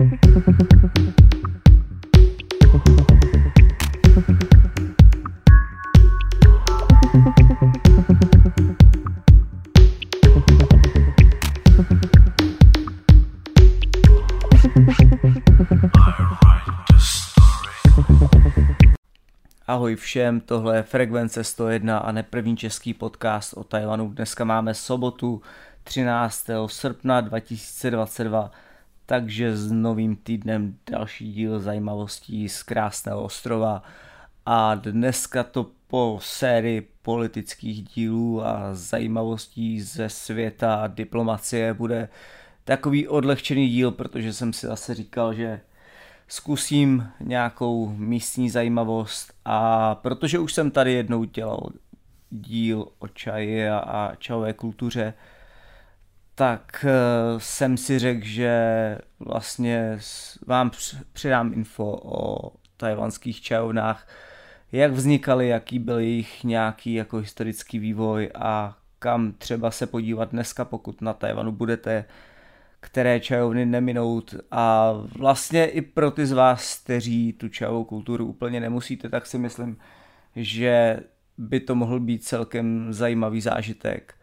Ahoj všem, tohle je Frekvence 101 a ne první český podcast o Tchaj-wanu. Dneska máme sobotu 13. srpna 2022, takže s novým týdnem další díl zajímavostí z krásného ostrova. A dneska to po sérii politických dílů a zajímavostí ze světa diplomacie bude takový odlehčený díl, protože jsem si zase říkal, že zkusím nějakou místní zajímavost, a protože už jsem tady jednou dělal díl o čaji a čajové kultuře, tak jsem si řekl, že vlastně vám předám info o tchajwanských čajovnách, jak vznikaly, jaký byl jejich nějaký jako historický vývoj a kam třeba se podívat dneska, pokud na Tchaj-wanu budete, které čajovny neminout. A vlastně i pro ty z vás, kteří tu čajovou kulturu úplně nemusíte, tak si myslím, že by to mohl být celkem zajímavý zážitek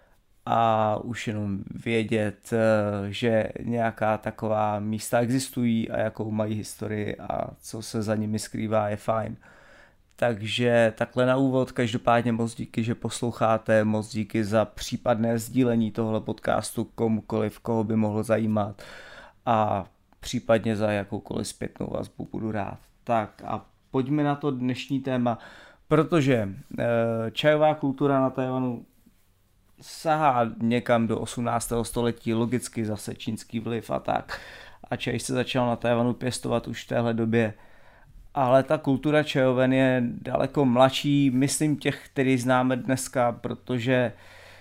a už jenom vědět, že nějaká taková místa existují a jakou mají historii a co se za nimi skrývá, je fajn. Takže takhle na úvod, každopádně moc díky, že posloucháte, moc díky za případné sdílení tohle podcastu komukoliv, koho by mohlo zajímat, a případně za jakoukoliv zpětnou vazbu budu rád. Tak a pojďme na to dnešní téma, protože čajová kultura na Tchaj-wanu sahá někam do 18. století, logicky zase čínský vliv a tak. A čaj se začal na Tchaj-wanu pěstovat už v téhle době. Ale ta kultura čajoven je daleko mladší, myslím těch, který známe dneska, protože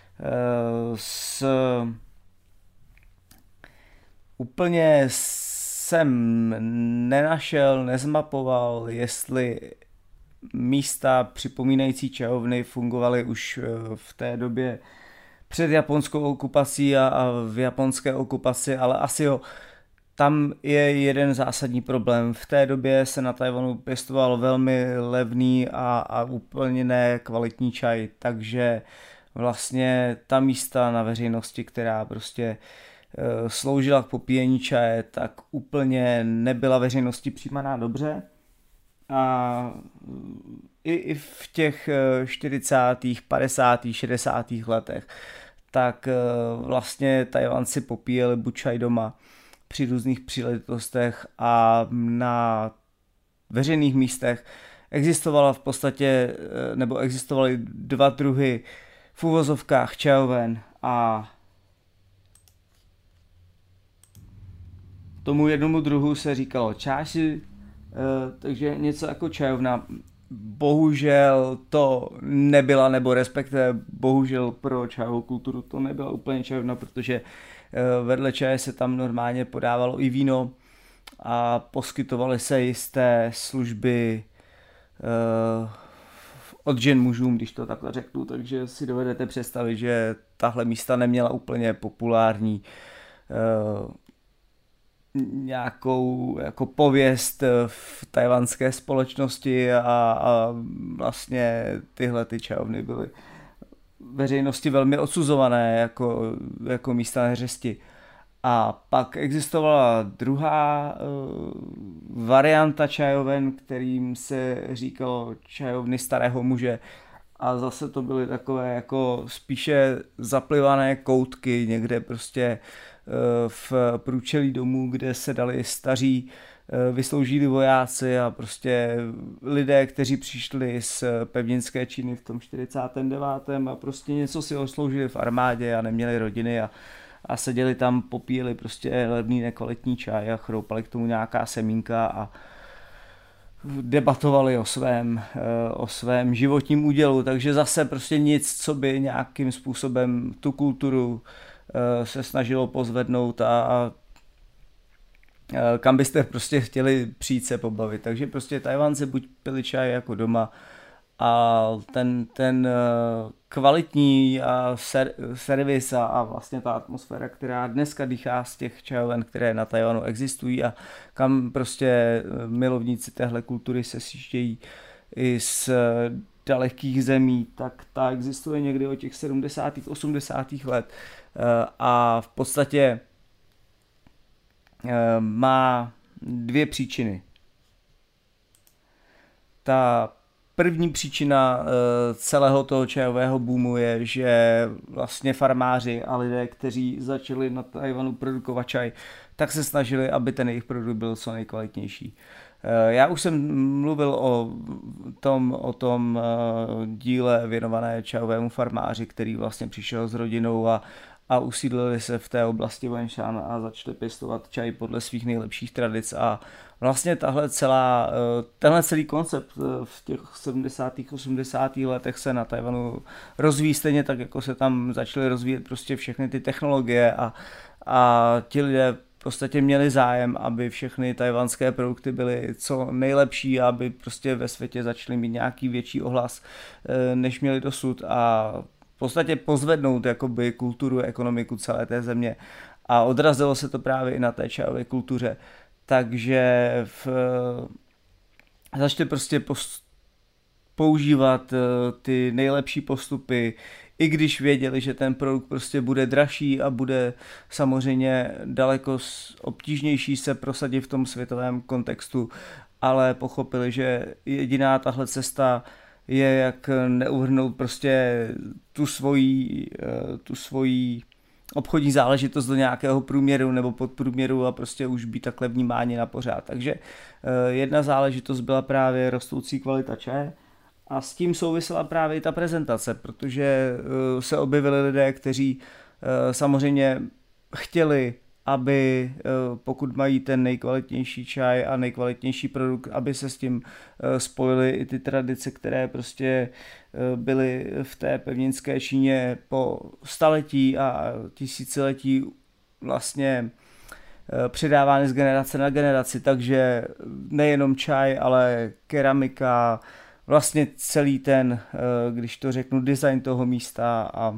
úplně jsem nezmapoval, jestli místa připomínající čajovny fungovaly už v té době před japonskou okupací a v japonské okupaci, ale asi jo. Tam je jeden zásadní problém. V té době se na Tchaj-wanu pěstoval velmi levný a úplně nekvalitní čaj, takže vlastně ta místa na veřejnosti, která prostě sloužila k popíjení čaje, tak úplně nebyla veřejnosti přijímaná dobře. A i v těch 40., 50., 60. letech tak vlastně Tchajwanci popíjeli buď čaj doma při různých příležitostech a na veřejných místech existovaly dva druhy v uvozovkách čajoven a tomu jednomu druhu se říkalo čáši, takže něco jako čajovna. Bohužel to nebyla, nebo respektive bohužel pro čajovou kulturu to nebyla úplně čajovna, protože vedle čaje se tam normálně podávalo i víno a poskytovaly se jisté služby od žen mužům, když to takhle řeknu, takže si dovedete představit, že tahle místa neměla úplně populární nějakou jako pověst v tchajwanské společnosti a vlastně tyhle ty čajovny byly veřejnosti velmi odsuzované jako místa neřesti. A pak existovala druhá varianta čajoven, kterým se říkalo čajovny starého muže, a zase to byly takové jako spíše zaplivané koutky někde prostě v průčelí domů, kde se dali staří vysloužilí vojáci a prostě lidé, kteří přišli z pevninské Číny v tom 49. a prostě něco si odsloužili v armádě a neměli rodiny a seděli tam, popíjeli prostě levný nekvalitní čaj a chroupali k tomu nějaká semínka a debatovali o svém životním údělu, takže zase prostě nic, co by nějakým způsobem tu kulturu se snažilo pozvednout a kam byste prostě chtěli přijít se pobavit. Takže prostě Tchajwanci buď pili čaj jako doma, a ten kvalitní servis a vlastně ta atmosféra, která dneska dýchá z těch čajoven, které na Tchaj-wanu existují a kam prostě milovníci téhle kultury se sjíždějí i z dalekých zemí, tak ta existuje někdy od těch 70. 80. let a v podstatě má dvě příčiny. Ta první příčina celého toho čajového boomu je, že vlastně farmáři a lidé, kteří začali na Tchaj-wanu produkovat čaj, tak se snažili, aby ten jejich produkt byl co nejkvalitnější. Já už jsem mluvil o tom díle věnované čajovému farmáři, který vlastně přišel s rodinou a usídlili se v té oblasti Wenshan a začali pěstovat čaj podle svých nejlepších tradic a vlastně tenhle celý koncept v těch 70. 80. letech se na Tchaj-wanu rozvíjí stejně tak, jako se tam začaly rozvíjet prostě všechny ty technologie a ti lidé v podstatě měli zájem, aby všechny tchajwanské produkty byly co nejlepší a aby prostě ve světě začaly mít nějaký větší ohlas, než měli dosud a v podstatě pozvednout jakoby kulturu, ekonomiku celé té země a odrazilo se to právě i na té čajové kultuře. Takže začali prostě používat ty nejlepší postupy, i když věděli, že ten produkt prostě bude dražší a bude samozřejmě daleko obtížnější se prosadit v tom světovém kontextu, ale pochopili, že jediná tahle cesta je, jak neuvrhnout prostě tu svoji obchodní záležitost do nějakého průměru nebo podprůměru a prostě už být takhle vnímáni na pořád. Takže jedna záležitost byla právě rostoucí kvalita čaje a s tím souvisela právě i ta prezentace, protože se objevili lidé, kteří samozřejmě chtěli, aby pokud mají ten nejkvalitnější čaj a nejkvalitnější produkt, aby se s tím spojily i ty tradice, které prostě byly v té pevninské Číně po staletí a tisíciletí vlastně předávány z generace na generaci, takže nejenom čaj, ale keramika, vlastně celý ten, když to řeknu, design toho místa a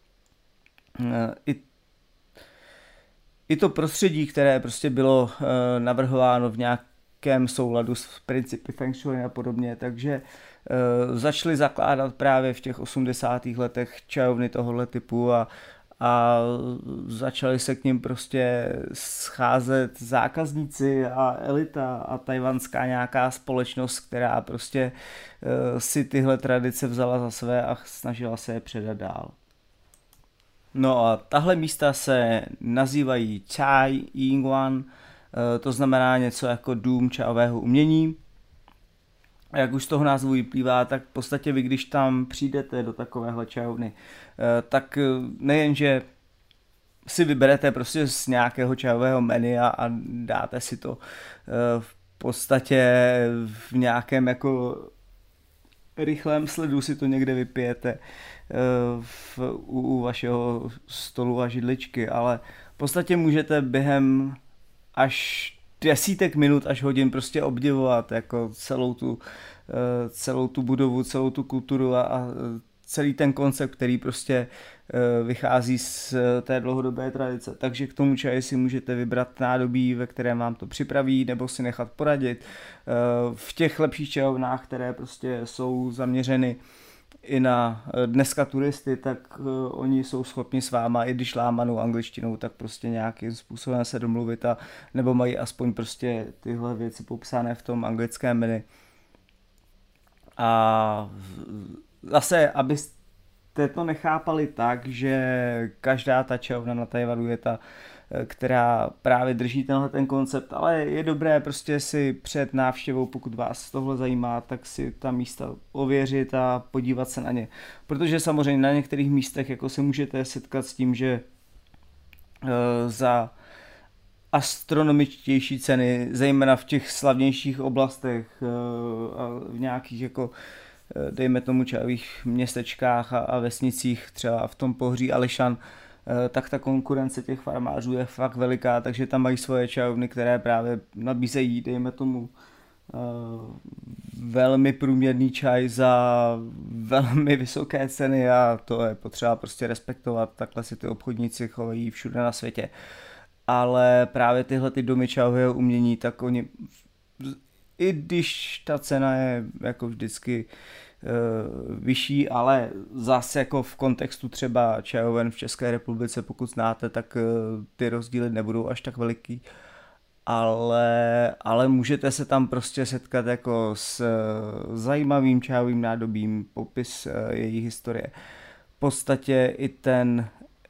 i to prostředí, které prostě bylo navrhováno v nějakém souladu s principy Feng Shui a podobně, takže začali zakládat právě v těch 80. letech čajovny tohohle typu a začali se k ním prostě scházet zákazníci a elita a tajvanská nějaká společnost, která prostě si tyhle tradice vzala za své a snažila se je předat dál. No a tahle místa se nazývají Chai Yingwan, to znamená něco jako dům čajového umění. A jak už z toho názvu vyplývá, tak v podstatě vy, když tam přijdete do takovéhle čajovny, tak nejenže si vyberete prostě z nějakého čajového menu a dáte si to v podstatě v nějakém jako rychlém sledu si to někde vypijete u vašeho stolu a židličky, ale v podstatě můžete během až desítek minut až hodin prostě obdivovat jako celou tu budovu, celou tu kulturu a celý ten koncept, který prostě vychází z té dlouhodobé tradice. Takže k tomu čaji si můžete vybrat nádobí, ve kterém vám to připraví, nebo si nechat poradit. V těch lepších čajovnách, které prostě jsou zaměřeny i na dneska turisty, tak oni jsou schopni s váma, i když lámanou angličtinou, tak prostě nějakým způsobem se domluvit a nebo mají aspoň prostě tyhle věci popsané v tom anglickém menu. A zase, abyste to nechápali tak, že každá ta čajovna na Tchaj-wanu je ta, která právě drží tenhle ten koncept, ale je dobré prostě si před návštěvou, pokud vás tohle zajímá, tak si ta místa ověřit a podívat se na ně. Protože samozřejmě na některých místech jako se můžete setkat s tím, že za astronomičtější ceny, zejména v těch slavnějších oblastech a v nějakých jako dejme tomu čajových městečkách a vesnicích, třeba v tom pohoří Alishan, tak ta konkurence těch farmářů je fakt veliká, takže tam mají svoje čajovny, které právě nabízejí, dejme tomu, velmi průměrný čaj za velmi vysoké ceny a to je potřeba prostě respektovat, takhle si ty obchodníci chovají všude na světě. Ale právě tyhle ty domy čajového umění, tak oni, i když ta cena je jako vždycky vyšší, ale zase jako v kontextu třeba čajoven v České republice, pokud znáte, tak ty rozdíly nebudou až tak veliký, ale můžete se tam prostě setkat jako s zajímavým čajovým nádobím, popis její historie. V podstatě i ten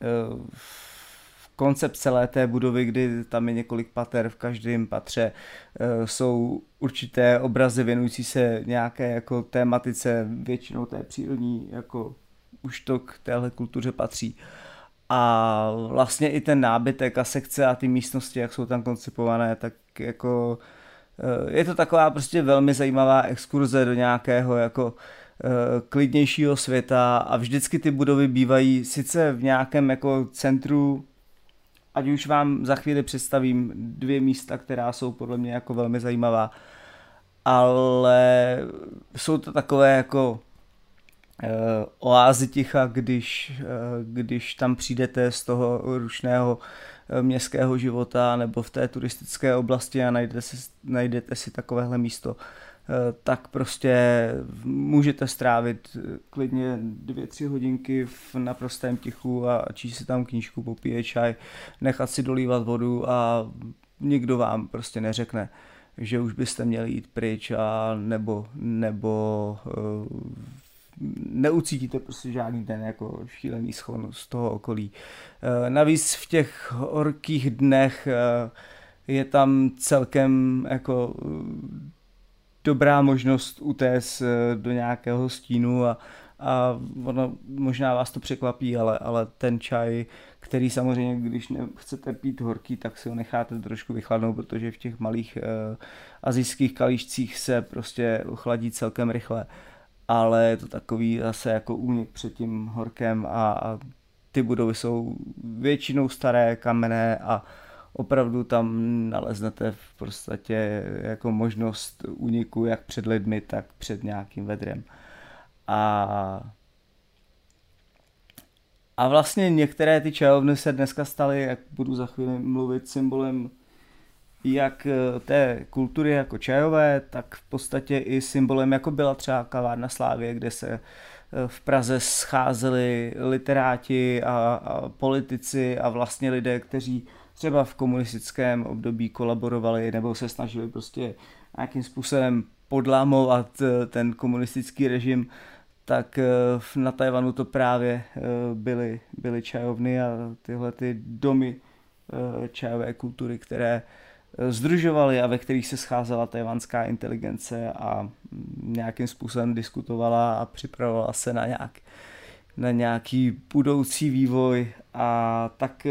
koncept celé té budovy, kdy tam je několik pater, v každém patře jsou určité obrazy věnující se nějaké jako tématice, většinou té přírodní, jako už to k téhle kultuře patří. A vlastně i ten nábytek a sekce a ty místnosti, jak jsou tam koncipované, tak jako je to taková prostě velmi zajímavá exkurze do nějakého jako klidnějšího světa a vždycky ty budovy bývají sice v nějakém jako centru, ať už vám za chvíli představím 2 místa, která jsou podle mě jako velmi zajímavá, ale jsou to takové jako oázy ticha, když tam přijdete z toho rušného městského života nebo v té turistické oblasti a najdete si takovéhle místo, tak prostě můžete strávit klidně 2-3 hodinky v naprostém tichu a číst si tam knížku, popíjet čaj, nechat si dolívat vodu a nikdo vám prostě neřekne, že už byste měli jít pryč a nebo neucítíte prostě žádný ten jako šílený schon z toho okolí. Navíc v těch horkých dnech je tam celkem jako dobrá možnost utéct do nějakého stínu a ono, možná vás to překvapí, ale ten čaj, který samozřejmě, když chcete pít horký, tak si ho necháte trošku vychladnout, protože v těch malých asijských kalíšcích se prostě ochladí celkem rychle, ale je to takový zase jako únik před tím horkem a ty budovy jsou většinou staré, kamenné a opravdu tam naleznete v podstatě jako možnost úniku jak před lidmi, tak před nějakým vedrem. A vlastně některé ty čajovny se dneska staly, jak budu za chvíli mluvit, symbolem jak té kultury jako čajové, tak v podstatě i symbolem jako byla třeba kavárna Slávie, kde se v Praze scházeli literáti a politici a vlastně lidé, kteří třeba v komunistickém období kolaborovali nebo se snažili prostě nějakým způsobem podlámovat ten komunistický režim, tak na Tchaj-wanu to právě byly čajovny a tyhle ty domy čajové kultury, které sdružovaly a ve kterých se scházela tchajwanská inteligence a nějakým způsobem diskutovala a připravovala se na nějaký budoucí vývoj. A tak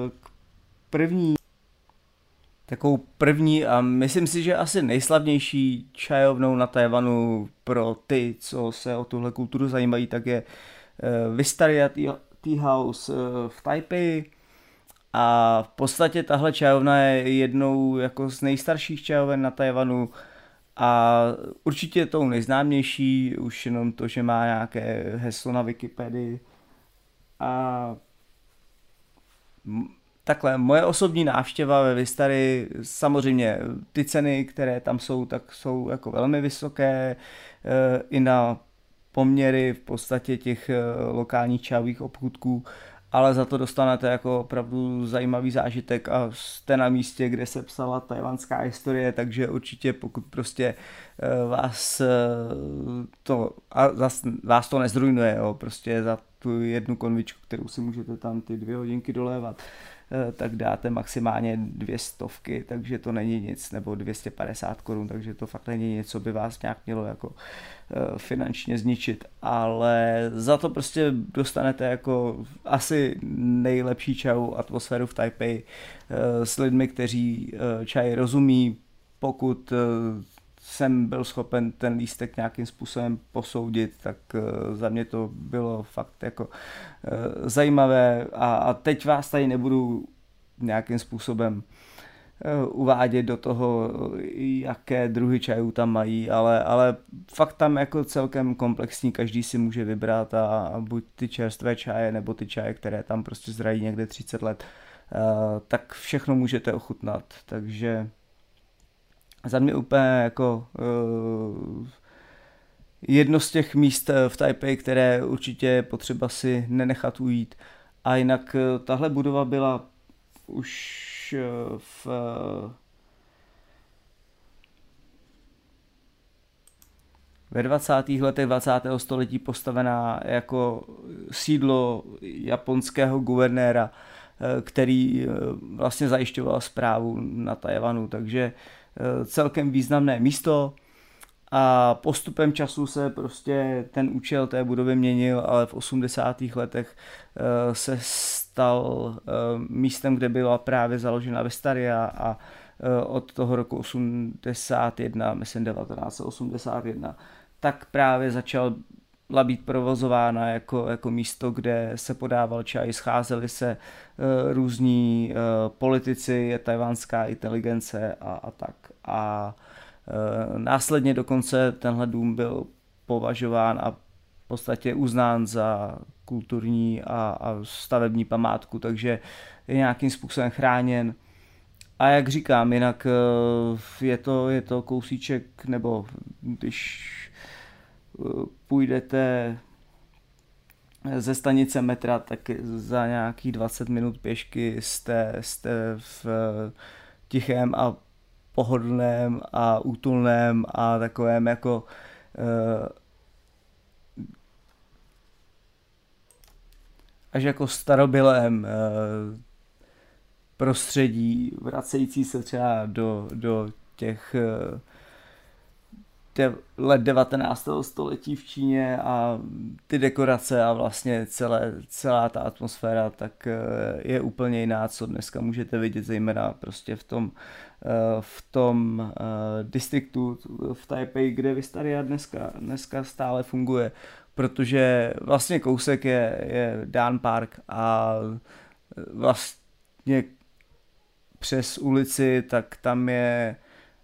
první a myslím si, že asi nejslavnější čajovnou na Tchaj-wanu pro ty, co se o tuhle kulturu zajímají, tak je Wistaria Tea House v Taipei. A v podstatě tahle čajovna je jednou jako z nejstarších čajoven na Tchaj-wanu a určitě tou nejznámější, už jenom to, že má nějaké heslo na Wikipedii. A takhle, moje osobní návštěva ve Wistarii, samozřejmě ty ceny, které tam jsou, tak jsou jako velmi vysoké i na poměry v podstatě těch lokálních čajových obchůdků, ale za to dostanete jako opravdu zajímavý zážitek a jste na místě, kde se psala tchajwanská historie, takže určitě pokud prostě vás to nezrujnuje, jo, prostě za tu jednu konvičku, kterou si můžete tam ty 2 hodinky dolévat, tak dáte maximálně 200, takže to není nic, nebo 250 korun, takže to fakt není nic, co by vás nějak mělo jako finančně zničit, ale za to prostě dostanete jako asi nejlepší čajovou atmosféru v Taipei s lidmi, kteří čaj rozumí. Pokud jsem byl schopen ten lístek nějakým způsobem posoudit, tak za mě to bylo fakt jako zajímavé a teď vás tady nebudu nějakým způsobem uvádět do toho, jaké druhy čajů tam mají, ale fakt tam jako celkem komplexní, každý si může vybrat a buď ty čerstvé čaje, nebo ty čaje, které tam prostě zrají někde 30 let, tak všechno můžete ochutnat, takže za mě úplně jako jedno z těch míst v Taipei, které určitě je potřeba si nenechat ujít. A jinak tahle budova byla už ve 20. letech 20. století postavená jako sídlo japonského guvernéra, který vlastně zajišťoval správu na Tajvanu, takže celkem významné místo a postupem času se prostě ten účel té budovy měnil, ale v 80. letech se stal místem, kde byla právě založena Vestaria a od toho roku 81, myslím 1981, tak právě začala být provozována jako místo, kde se podával čaj, scházeli se různí politici, tajvanská inteligence a tak. A následně dokonce tenhle dům byl považován a v podstatě uznán za kulturní a stavební památku, takže je nějakým způsobem chráněn. A jak říkám, jinak je to kousíček, nebo když půjdete ze stanice metra, tak za nějakých 20 minut pěšky jste v tichém a pohodlném a útulném a takovém jako až jako starobylém prostředí, vracející se třeba do těch let 19. století v Číně a ty dekorace a vlastně celá ta atmosféra tak je úplně jiná, co dneska můžete vidět, zejména prostě v tom distriktu v Taipei, kde Vestaria dneska stále funguje, protože vlastně kousek je Dan Park a vlastně přes ulici, tak tam je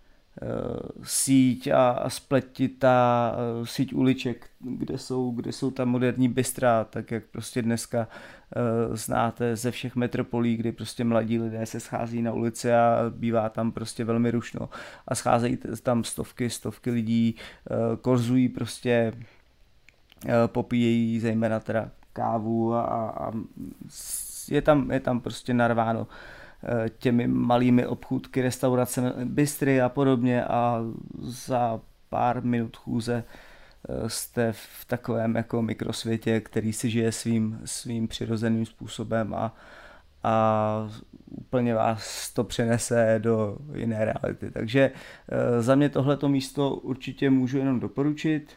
síť a spletitá síť uliček, kde jsou tam moderní bystra, tak jak prostě dneska znáte ze všech metropolí, kdy prostě mladí lidé se schází na ulici a bývá tam prostě velmi rušno a scházejí tam stovky lidí, korzují prostě, popíjejí zejména teda kávu a je tam prostě narváno těmi malými obchůdky, restauracemi, bistry a podobně a za pár minut chůze jste v takovém jako mikrosvětě, který si žije svým přirozeným způsobem a úplně vás to přenese do jiné reality. Takže za mě tohleto místo určitě můžu jenom doporučit.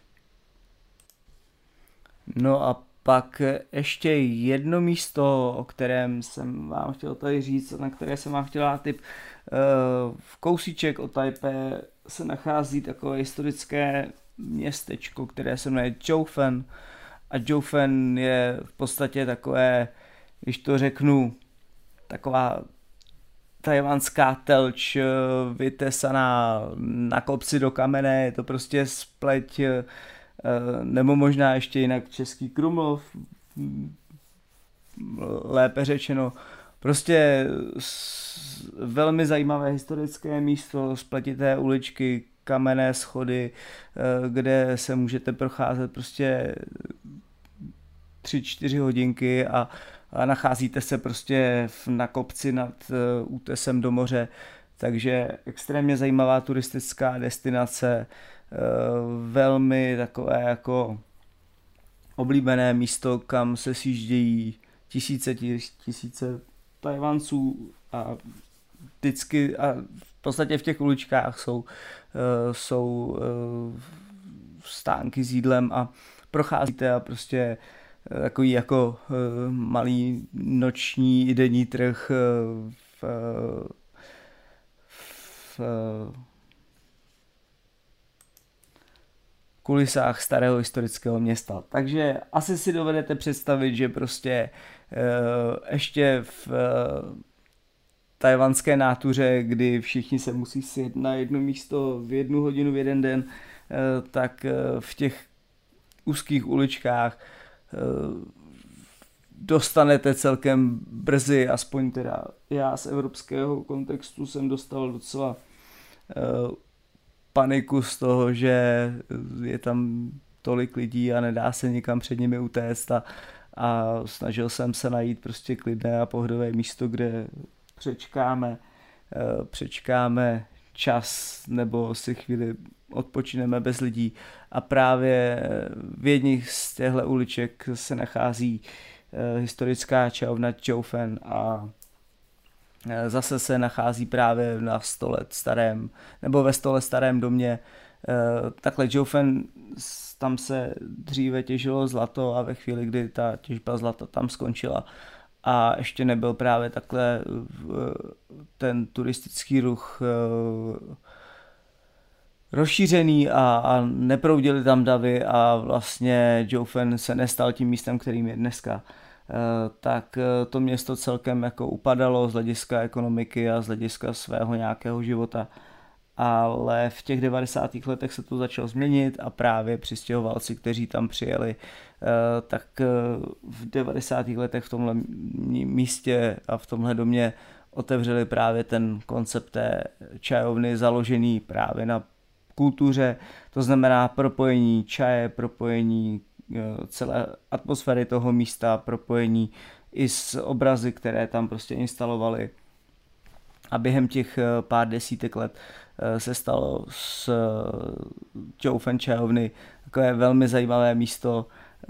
No a pak ještě jedno místo, o kterém jsem vám chtěl tady říct, na které jsem vám chtěl dát tip. V kousíček od Taipei se nachází takové historické městečko, které se jmenuje Zhoufeng. A Zhoufeng je v podstatě takové, když to řeknu, taková tajvanská telč vytesaná na kopci do kamene, je to prostě spleť, nebo možná ještě jinak Český Krumlov, lépe řečeno. Prostě velmi zajímavé historické místo, spletité uličky, kamenné schody, kde se můžete procházet prostě 3-4 hodinky a nacházíte se prostě na kopci nad útesem do moře, takže extrémně zajímavá turistická destinace, velmi takové jako oblíbené místo, kam se sjíždějí tisíce Tajvanců a vždycky a v podstatě v těch uličkách jsou stánky s jídlem a procházíte a prostě takový jako malý noční i denní trh v kulisách starého historického města. Takže asi si dovedete představit, že prostě ještě v tajvanské nátuře, kdy všichni se musí sjet na jedno místo v 1 hodinu v jeden den, tak v těch úzkých uličkách dostanete celkem brzy, aspoň teda já z evropského kontextu jsem dostal docela paniku z toho, že je tam tolik lidí a nedá se nikam před nimi utéct a snažil jsem se najít prostě klidné a pohodové místo, kde přečkáme čas nebo si chvíli odpočineme bez lidí a právě v jedných z těchto uliček se nachází historická čajovna Jiufen a zase se nachází právě na 100 let starém, nebo ve 100 let starém domě. Takhle Jiufen, tam se dříve těžilo zlato a ve chvíli, kdy ta těžba zlata tam skončila a ještě nebyl právě takhle ten turistický ruch rozšířený a neproudily tam davy a vlastně Jiufen se nestal tím místem, kterým je dneska. Tak to město celkem jako upadalo z hlediska ekonomiky a z hlediska svého nějakého života. Ale v těch 90. letech se to začalo změnit a právě přistěhovalci, kteří tam přijeli, tak v 90. letech v tomhle místě a v tomhle domě otevřeli právě ten koncept té čajovny založený právě na kultuře, to znamená propojení čaje, propojení celé atmosféry toho místa, propojení i s obrazy, které tam prostě instalovali. A během těch pár desítek let se stalo z Jiufen čajovny takové velmi zajímavé místo,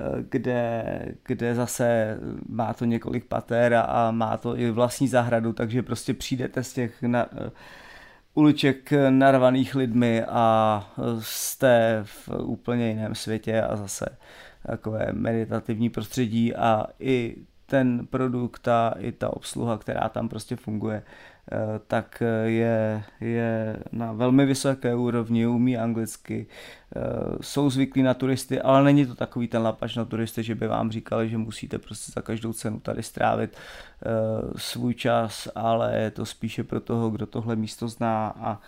kde zase má to několik pater a má to i vlastní zahradu, takže prostě přijdete z těch uliček narvaných lidmi a jste v úplně jiném světě a zase takové meditativní prostředí a i ten produkt a i ta obsluha, která tam prostě funguje, tak je na velmi vysoké úrovni, umí anglicky, jsou zvyklí na turisty, ale není to takový ten lapač na turisty, že by vám říkali, že musíte prostě za každou cenu tady strávit svůj čas, ale je to spíše pro toho, kdo tohle místo zná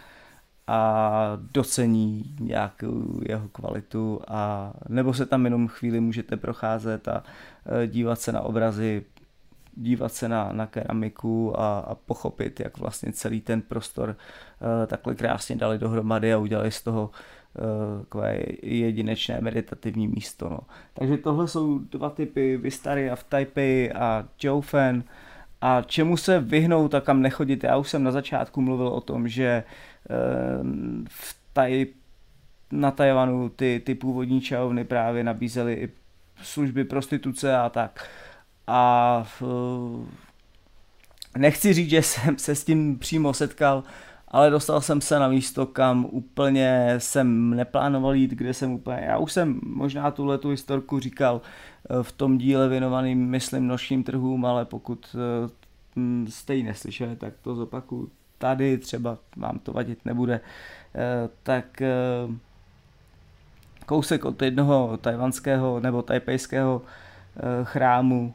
a docení nějakou jeho kvalitu a nebo se tam jenom chvíli můžete procházet a dívat se na obrazy, dívat se na keramiku a pochopit, jak vlastně celý ten prostor takhle krásně dali dohromady a udělali z toho takové jedinečné meditativní místo. No. Takže tohle jsou 2 typy, Wistaria v Taipei a Jiufen. A čemu se vyhnout a kam nechodit? Já už jsem na začátku mluvil o tom, že na Tajvanu ty původní čajovny právě nabízely i služby prostituce a tak. A nechci říct, že jsem se s tím přímo setkal, ale dostal jsem se na místo, kam úplně jsem neplánoval jít, kde jsem úplně... Já už jsem možná tuhletu historku říkal v tom díle věnovaným, myslím, nočním trhům, ale pokud jste ji neslyšeli, tak to zopakuju tady, třeba vám to vadit nebude. Tak kousek od jednoho tajvanského nebo tajpejského chrámu,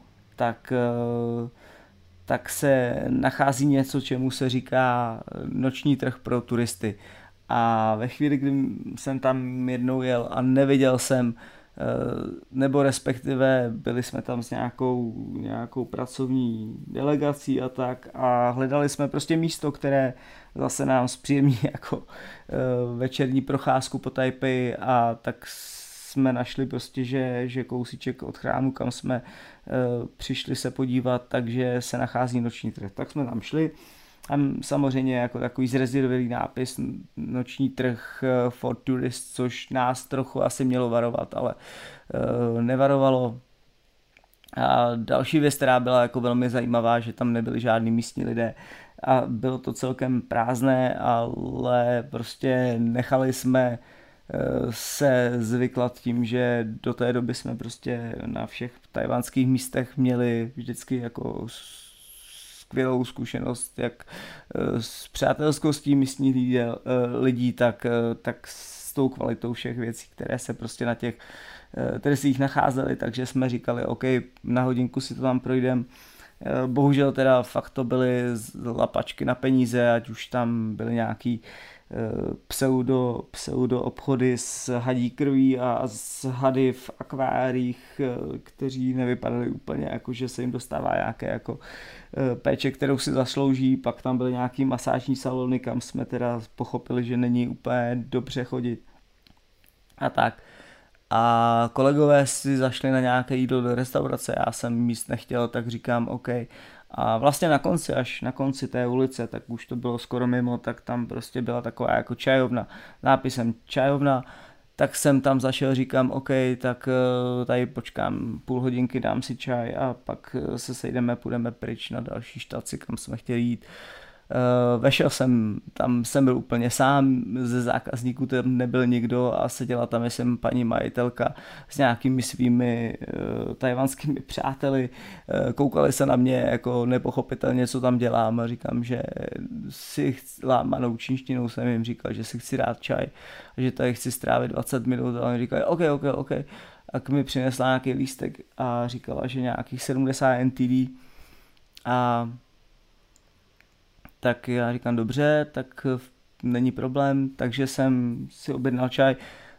tak se nachází něco, čemu se říká noční trh pro turisty. A ve chvíli, kdy jsem tam jednou jel a neviděl jsem, nebo respektive byli jsme tam s nějakou pracovní delegací a tak a hledali jsme prostě místo, které zase nám zpříjemní jako večerní procházku po Taipei a tak jsme našli prostě, že kousíček od chrámu, kam jsme přišli se podívat, takže se nachází noční trh. Tak jsme tam šli. Tam samozřejmě jako takový zrezidovělý nápis noční trh for tourists, což nás trochu asi mělo varovat, ale nevarovalo. A další věc, která byla jako velmi zajímavá, že tam nebyli žádní místní lidé a bylo to celkem prázdné, ale prostě nechali jsme se zvyklat tím, že do té doby jsme prostě na všech tajvanských místech měli vždycky jako skvělou zkušenost, jak s přátelskostí místních lidí, tak s tou kvalitou všech věcí, které se prostě na těch trzích nacházely, takže jsme říkali, OK, na hodinku si to tam projdem, Bohužel teda fakt to byly lapačky na peníze, ať už tam byly nějaký pseudo obchody s hadí krví a s hady v akváriích, kteří nevypadali úplně jako, že se jim dostává nějaké jako péče, kterou si zaslouží. Pak tam byly nějaký masážní salony, kam jsme teda pochopili, že není úplně dobře chodit a tak. A kolegové si zašli na nějaké jídlo do restaurace, já jsem míst nechtěl, tak říkám OK. A vlastně na konci, až na konci té ulice, tak už to bylo skoro mimo, tak tam prostě byla taková jako čajovna, nápisem čajovna, tak jsem tam zašel, říkám OK, tak tady počkám půl hodinky, dám si čaj a pak se sejdeme, půjdeme pryč na další štaci, kam jsme chtěli jít. Vešel jsem, tam jsem byl úplně sám, ze zákazníků tam nebyl nikdo a seděla tam, jsem paní majitelka s nějakými svými tajvanskými přáteli, koukali se na mě jako nepochopitelně, co tam dělám a říkám, že si lámanou čínštinou jsem jim říkal, že si chci dát čaj, že tady chci strávit 20 minut a oni říkali OK. A mi přinesla nějaký lístek a říkala, že nějakých 70 NTD a tak já říkám dobře, tak není problém, takže jsem si objednal čaj.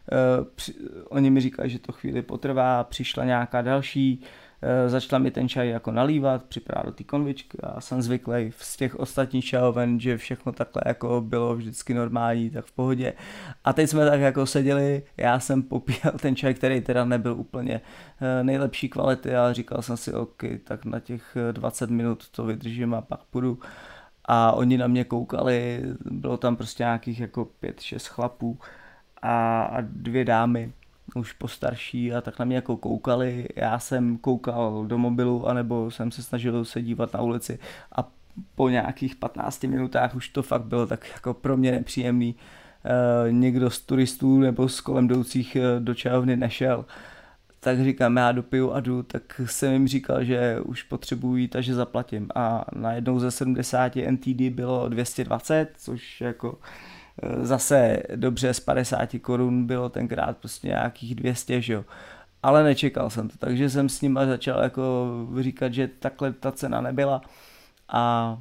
Oni mi říkali, že to chvíli potrvá, přišla nějaká další, začala mi ten čaj jako nalívat, připravovat do té konvičky a jsem zvyklý z těch ostatních čajoven, že všechno takhle jako bylo vždycky normální, tak v pohodě. A teď jsme tak jako seděli, já jsem popíjel ten čaj, který teda nebyl úplně nejlepší kvality a říkal jsem si OK, tak na těch 20 minut to vydržím a pak půjdu. A oni na mě koukali, bylo tam prostě nějakých jako 5-6 chlapů a 2 dámy, už postarší a tak na mě jako koukali. Já jsem koukal do mobilu, anebo jsem se snažil se dívat na ulici a po nějakých 15 minutách už to fakt bylo tak jako pro mě nepříjemný. Někdo z turistů nebo z kolem jdoucích do čajovny nešel. Tak říkám, já dopiju a jdu, tak jsem jim říkal, že už potřebuji jít a že zaplatím. A najednou ze 70 NTD bylo 220, což jako zase dobře z 50 korun bylo tenkrát prostě nějakých 200, že jo. Ale nečekal jsem to, takže jsem s nima začal jako říkat, že takhle ta cena nebyla a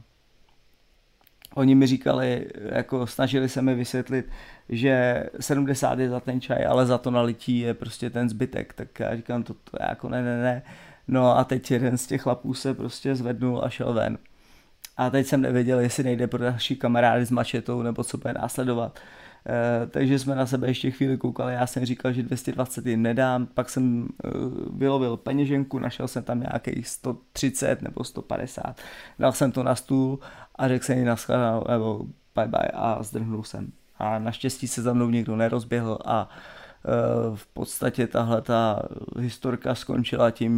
oni mi říkali, jako snažili se mi vysvětlit, že 70 je za ten čaj, ale za to nalití je prostě ten zbytek, tak já říkám, to jako ne. No a teď jeden z těch chlapů se prostě zvednul a šel ven. A teď jsem nevěděl, jestli nejde pro další kamarády s mačetou, nebo co bude následovat. Takže jsme na sebe ještě chvíli koukali, já jsem říkal, že 220 jim nedám, pak jsem vylovil peněženku, našel jsem tam nějakých 130 nebo 150, dal jsem to na stůl a řekl jsem jí nashledanou, nebo bye bye a zdrhnul jsem. A naštěstí se za mnou nikdo nerozběhl a v podstatě tahle ta historka skončila tím,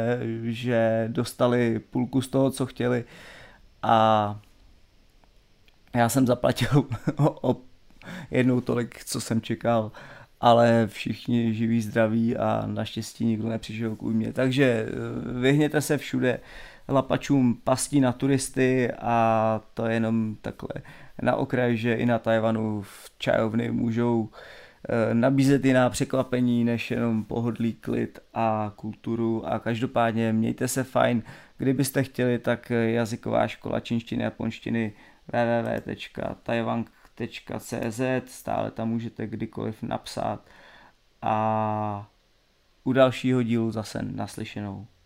že dostali půlku z toho, co chtěli a já jsem zaplatil o jednou tolik, co jsem čekal, ale všichni živí, zdraví a naštěstí nikdo nepřišel k újmě. Takže vyhněte se všude lapačům pastí na turisty a to je jenom takhle na okraj, že i na Tajvanu v čajovny můžou nabízet jiná překvapení než jenom pohodlí, klid a kulturu a každopádně mějte se fajn. Kdybyste chtěli, tak jazyková škola čínštiny a japonštiny www.taiwan.cz, stále tam můžete kdykoliv napsat a u dalšího dílu zase naslyšenou.